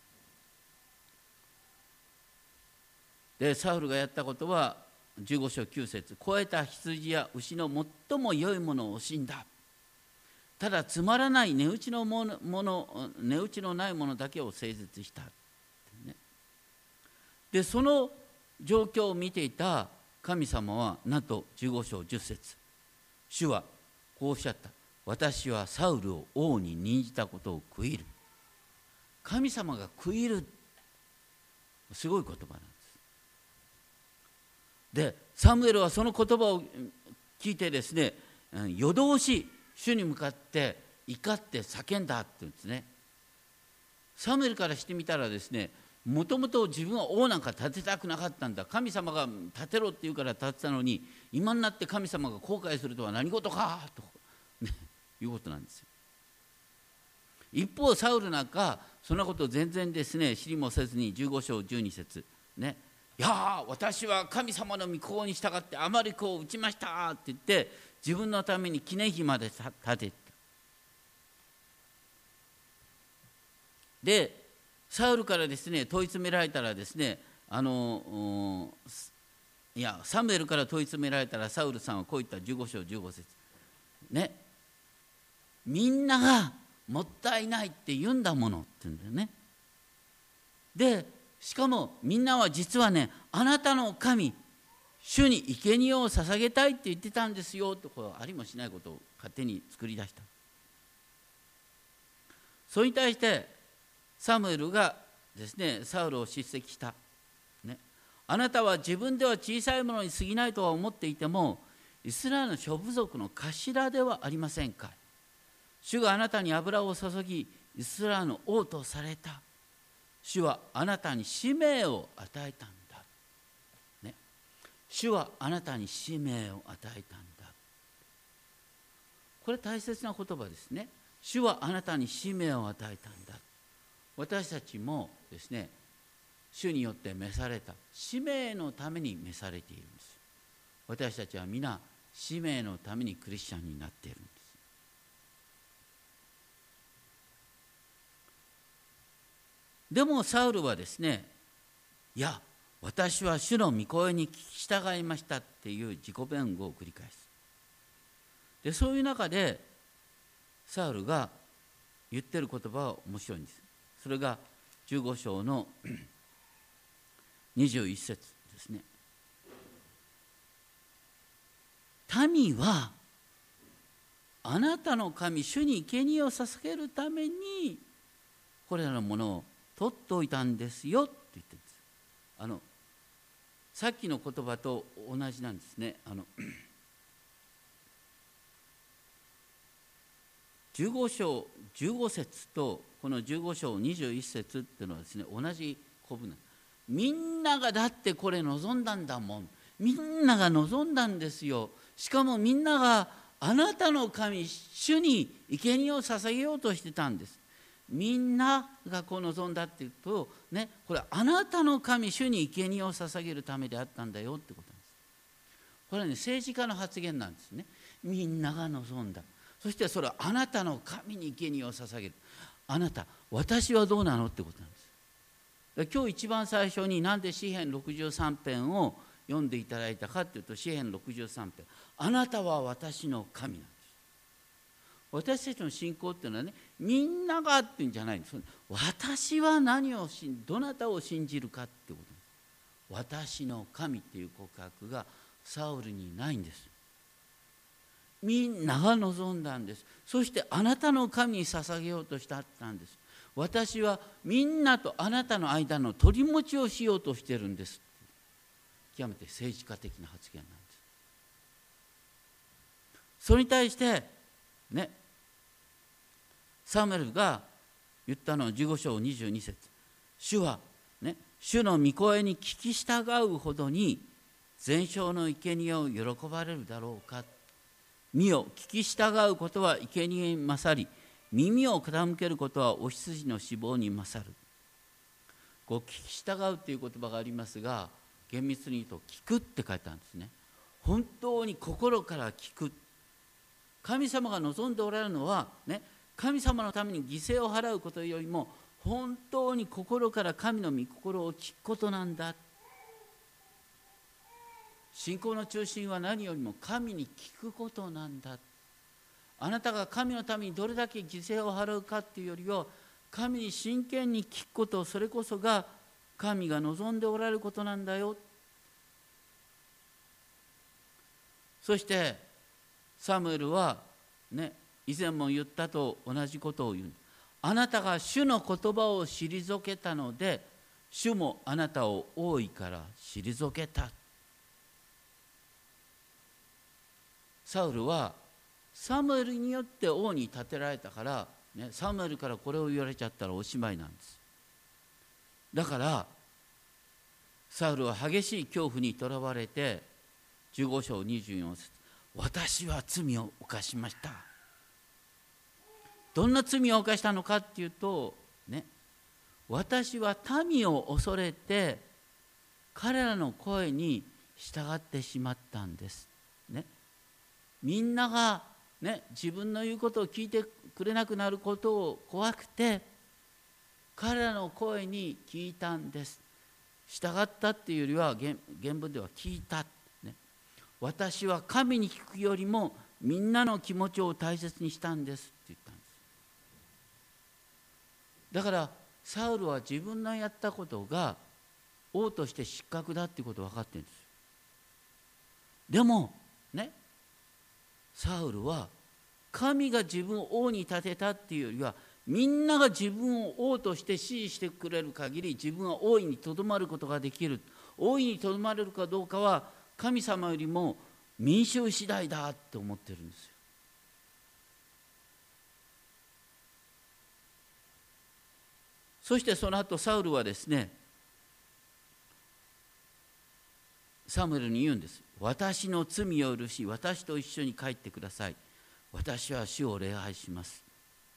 でサウルがやったことはじゅうご章きゅう節、肥えた羊や牛の最も良いものを惜しんだ。ただつまらない値打ちのもの、もの値打ちのないものだけを誠実した、ね、でその状況を見ていた神様はなんとじゅうご章じゅっ節、主はこうおっしゃった。私はサウルを王に任じたことを悔いる。神様が悔いる、すごい言葉なんです。でサムエルはその言葉を聞いてですね、夜通し主に向かって怒って叫んだって言うんですね。サムエルからしてみたらですね、もともと自分は王なんか立てたくなかったんだ、神様が立てろって言うから立てたのに、今になって神様が後悔するとは何事かと、ね、いうことなんですよ。一方サウルなんかそんなことを全然ですね知りもせずにじゅうご章じゅうに節ね、いや私は神様の御心に従ってアマレクを撃ちましたって言って自分のために記念碑まで建てた。でサウルからですね問い詰められたらですね、あのいやサムエルから問い詰められたらサウルさんはこういったじゅうご章じゅうご節ね、みんながもったいないって言うんだものって言うんだよね。でしかもみんなは実はね、あなたの神主に生贄を捧げたいって言ってたんですよと、こうありもしないことを勝手に作り出した。それに対してサムエルがですねサウルを叱責した、ね、あなたは自分では小さいものに過ぎないとは思っていてもイスラエルの諸部族の頭ではありませんか。主があなたに油を注ぎイスラエルの王とされた。主はあなたに使命を与えたんだ、ね、主はあなたに使命を与えたんだ。これ大切な言葉ですね。主はあなたに使命を与えたんだ。私たちもですね主によって召された使命のために召されているんです。私たちは皆使命のためにクリスチャンになっているんです。でもサウルはですね、いや私は主の御声に聞き従いましたっていう自己弁護を繰り返す。でそういう中でサウルが言ってる言葉は面白いんです。それがじゅうご章のにじゅういち節ですね。民はあなたの神主に生贄を捧げるためにこれらのものを取っておいたんですよって言ってるんです。あのさっきの言葉と同じなんですね。あのじゅうご章じゅうご節とこのじゅうご章にじゅういち節っていうのはですね同じ古文なんです。みんながだってこれ望んだんだもん。みんなが望んだんですよ。しかもみんながあなたの神主に生贄を捧げようとしてたんです。みんながこう望んだっていうとね、これあなたの神主に生贄を捧げるためであったんだよってことなんです。これはね政治家の発言なんですね。みんなが望んだ。そしてそれはあなたの神に生贄を捧げる。あなた、私はどうなのってことなんです。今日一番最初になんで詩編ろくじゅうさん編を読んでいただいたかというと、詩編ろくじゅうさん編、あなたは私の神なんです。私たちの信仰っていうのはね、みんながっていうんじゃないんです。私は何を信どなたを信じるかってことなんです。私の神っていう告白がサウルにないんです。みんなが望んだんです。そしてあなたの神に捧げようとしたんです。私はみんなとあなたの間の取り持ちをしようとしているんです。極めて政治家的な発言なんです。それに対してね、サムエルが言ったのはじゅうご章にじゅうに節。主はね、主の御声に聞き従うほどに全焼の生贄を喜ばれるだろうか。見よ、聞き従うことは生贄に勝り、耳を傾けることはお羊の脂肪に勝る。 こう聞き従うという言葉がありますが、厳密に言うと聞くって書いてあるんですね。本当に心から聞く。神様が望んでおられるのは、ね、神様のために犠牲を払うことよりも本当に心から神の御心を聞くことなんだ。信仰の中心は何よりも神に聞くことなんだ。あなたが神のためにどれだけ犠牲を払うかっていうよりは、神に真剣に聞くこと、それこそが神が望んでおられることなんだよ。そしてサムエルはね、以前も言ったと同じことを言う。あなたが主の言葉を退けたので、主もあなたを王位から退けた。サウルはサムエルによって王に立てられたから、ね、サムエルからこれを言われちゃったらおしまいなんです。だからサウルは激しい恐怖にとらわれて、じゅうご章にじゅうよん節、私は罪を犯しました。どんな罪を犯したのかっていうと、ね、私は民を恐れて彼らの声に従ってしまったんです、ね、みんなが、ね、自分の言うことを聞いてくれなくなることを怖くて彼らの声に聞いたんです。従ったっていうよりは 原, 原文では聞いた、ね、私は神に聞くよりもみんなの気持ちを大切にしたんですって言ったんです。だからサウルは自分のやったことが王として失格だっていうことを分かってるんですよ。でもね、サウルは神が自分を王に立てたっていうよりは、みんなが自分を王として支持してくれる限り自分は王位にとどまることができる。王位にとどまれるかどうかは神様よりも民衆次第だって思ってるんですよ。そしてその後サウルはですね、サムエルに言うんです。私の罪を許し、私と一緒に帰ってください。私は主を礼拝します。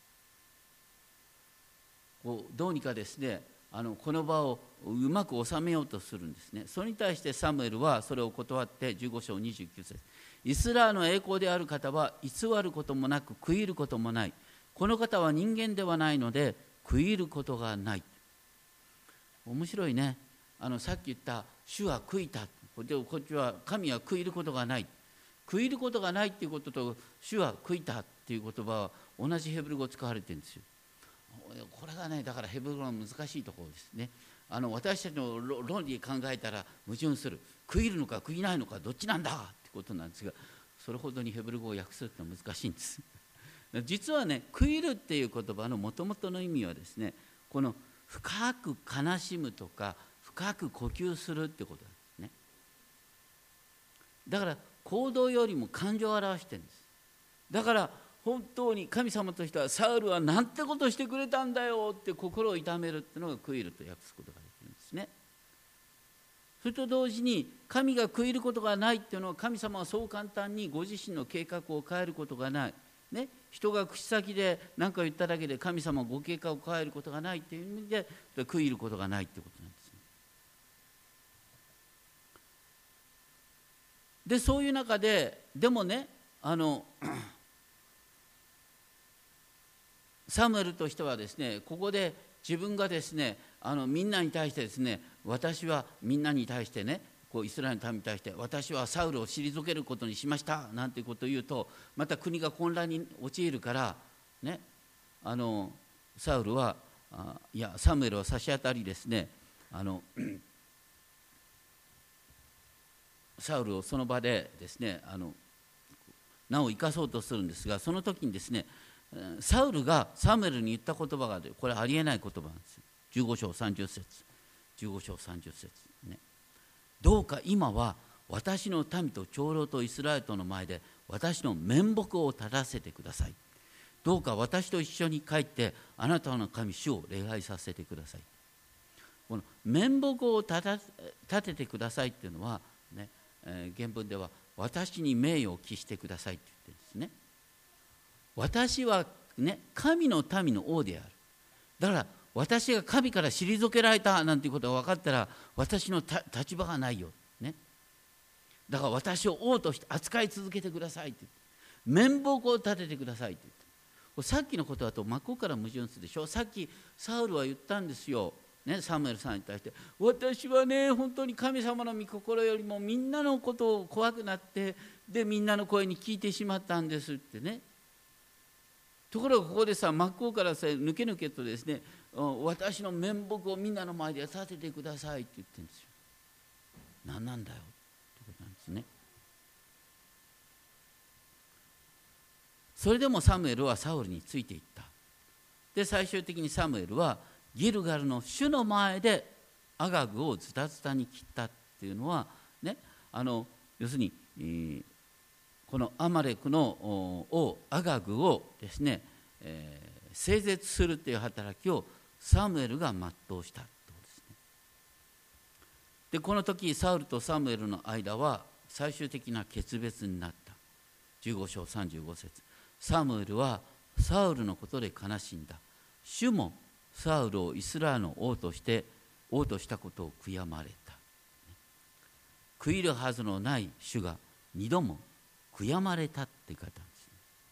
こうどうにかですね、あのこの場をうまく収めようとするんですね。それに対してサムエルはそれを断ってじゅうご章にじゅうきゅう節、イスラエルの栄光である方は偽ることもなく悔いることもない。この方は人間ではないので悔いることがない。面白いね。あのさっき言った主は悔いた、でこっちは神は悔いることがない。悔いることがないっていうことと主は悔いたっていう言葉は同じヘブル語使われてるんですよ。これがね、だからヘブル語の難しいところですね。あの私たちの論理で考えたら矛盾する。悔いるのか悔いないのかどっちなんだってことなんですが、それほどにヘブル語を訳すってのは難しいんです。実はね、悔いるっていう言葉のもともとの意味はですね、この深く悲しむとか深く呼吸するってことなんですね。だから行動よりも感情を表してるんです。だから本当に神様としてはサウルはなんてことしてくれたんだよって心を痛めるっていうのが悔いると訳すことができるんですね。それと同時に神が悔いることがないっていうのは、神様はそう簡単にご自身の計画を変えることがない、ね、人が口先で何か言っただけで神様はご計画を変えることがないっていう意味で悔いることがないっていうことなんですね。でそういう中ででもね、あのサムエルとしてはですね、ここで自分がですね、あのみんなに対してですね、私はみんなに対してね、こうイスラエルの民に対して私はサウルを退けることにしましたなんていうことを言うと、また国が混乱に陥るからね、あのサウルはあいやサムエルは差し当たりですね、あのサウルをその場でですね、あの名を生かそうとするんですが、その時にですね、サウルがサムエルに言った言葉がある。これありえない言葉なんですよ。じゅうご章さんじゅう節、じゅうご章さんじゅう節、ね、どうか今は私の民と長老とイスラエルとの前で私の面目を立たせてください。どうか私と一緒に帰ってあなたの神主を礼拝させてください。この面目を立ててくださいっていうのは、ねえー、原文では私に名誉を期してくださいって言ってるんですね。私は、ね、神の民の王である。だから私が神から退けられたなんていうことが分かったら私の立場がないよ、ね、だから私を王として扱い続けてくださいって言って面目を立ててくださいって言って、さっきのことだと真っ向から矛盾するでしょ。さっきサウルは言ったんですよ、ね、サムエルさんに対して、私はね本当に神様の御心よりもみんなのことを怖くなってでみんなの声に聞いてしまったんですってね。ところがここでさ真っ向からさ抜け抜けとですね、私の面目をみんなの前で立ててくださいって言ってるんですよ。何なんだよってことなんですね。それでもサムエルはサウルについていった。で最終的にサムエルはギルガルの主の前でアガグをズタズタに切ったっていうのはね、あの要するに、えー、このアマレクの王アガグをですね、えー、整絶するという働きをサムエルが全うしたということですね。でこの時サウルとサムエルの間は最終的な決別になった。じゅうご章さんじゅうご節、サムエルはサウルのことで悲しんだ。主もサウルをイスラエルの王として王としたことを悔やまれた。悔いるはずのない主が二度も悔やまれたって書いてあるんです。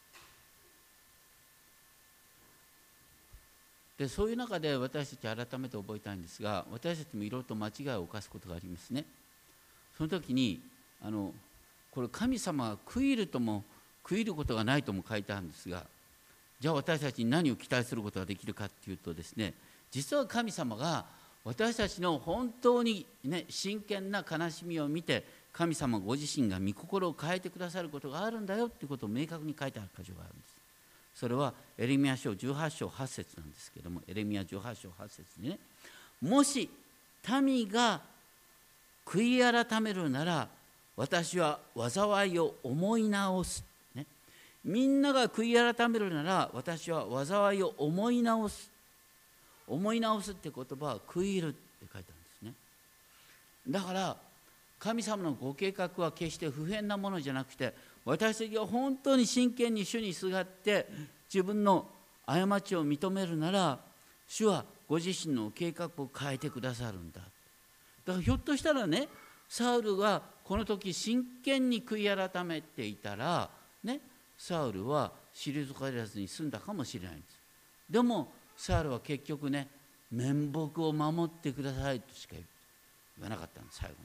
でそういう中で私たち改めて覚えたいんですが、私たちもいろいろと間違いを犯すことがありますね。その時にあのこれ神様が悔いるとも悔いることがないとも書いてあるんですが、じゃあ私たちに何を期待することができるかっていうとですね、実は神様が私たちの本当に、ね、真剣な悲しみを見て神様ご自身が御心を変えてくださることがあるんだよっていうことを明確に書いてある箇所があるんです。それはエレミヤ書じゅうはち章はち節なんですけれども、エレミヤじゅうはち章はち節にね、もし民が悔い改めるなら私は災いを思い直す、ね、みんなが悔い改めるなら私は災いを思い直す。思い直すって言葉は悔いるって書いてあるんですね。だから神様のご計画は決して不変なものじゃなくて、私たちが本当に真剣に主にすがって自分の過ちを認めるなら、主はご自身の計画を変えてくださるんだ。だからひょっとしたらね、サウルがこの時真剣に悔い改めていたらね、サウルは退かれずに済んだかもしれないんです。でもサウルは結局ね、面目を守ってくださいとしか言わなかったんです。最後に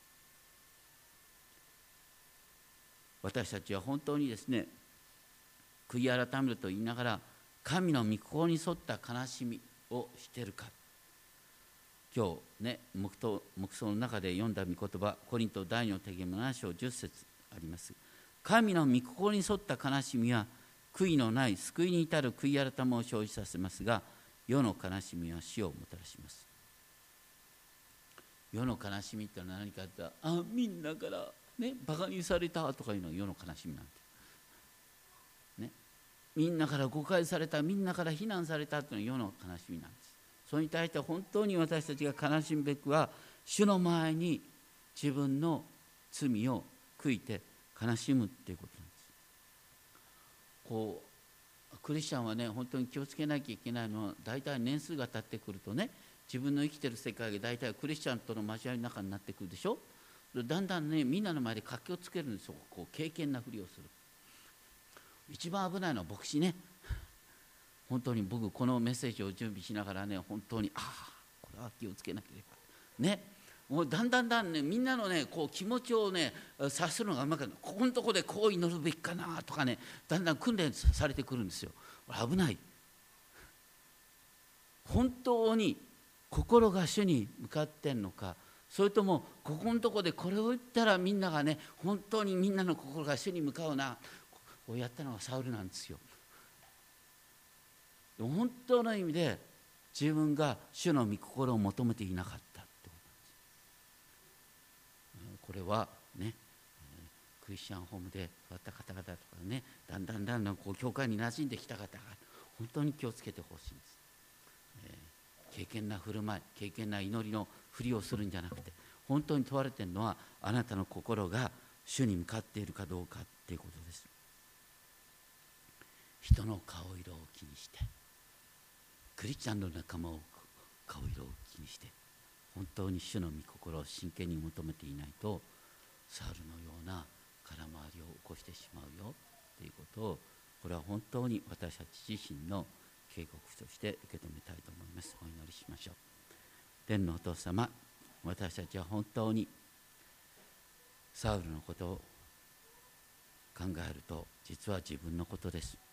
私たちは本当にですね、悔い改めると言いながら神の御心に沿った悲しみをしているか。今日ね、黙祷黙想の中で読んだ御言葉、コリント第二の手紙なな章じゅっ節あります。神の御心に沿った悲しみは悔いのない救いに至る悔い改めを生じさせますが、世の悲しみは死をもたらします。世の悲しみってのは何かって言ったら、あ、みんなからねバカにされたとかいうのが世の悲しみなんて、ね、みんなから誤解された、みんなから非難されたというのが世の悲しみなんです。それに対して本当に私たちが悲しむべくは、主の前に自分の罪を悔いて悲しむっていうことなんです。こうクリスチャンはね、本当に気をつけなきゃいけないのは、大体年数が経ってくるとね、自分の生きてる世界が大体クリスチャンとの交わりの中になってくるでしょ。だんだんね、みんなの前で活気をつけるんですよ。こう敬虔なふりをする。一番危ないのは牧師ね。本当に僕このメッセージを準備しながらね、本当にああこれは気をつけなければね、もうだんだんだんね、みんなのねこう気持ちをね察するのがうまくなる。ここのとこでこう祈るべきかなとかね、だんだん訓練されてくるんですよ。危ない。本当に心が主に向かってんのか、それともここのとこでこれを言ったらみんながね、本当にみんなの心が主に向かうな、こうやったのがサウルなんですよ。本当の意味で自分が主の御心を求めていなかったってことなんです。これはね、クリスチャンホームで育った方々とかね、だんだんだんだんこう教会に馴染んできた方が本当に気をつけてほしいんです。敬虔な振る舞い、敬虔な祈りのふりをするんじゃなくて、本当に問われているのはあなたの心が主に向かっているかどうかっていうことです。人の顔色を気にしてクリスチャンの仲間を顔色を気にして本当に主の御心を真剣に求めていないと、サウルのような空回りを起こしてしまうよということを、これは本当に私たち自身の警告として受け止めたいと思います。お祈りしましょう。天のお父様、私たちは本当にサウルのことを考えると実は自分のことです。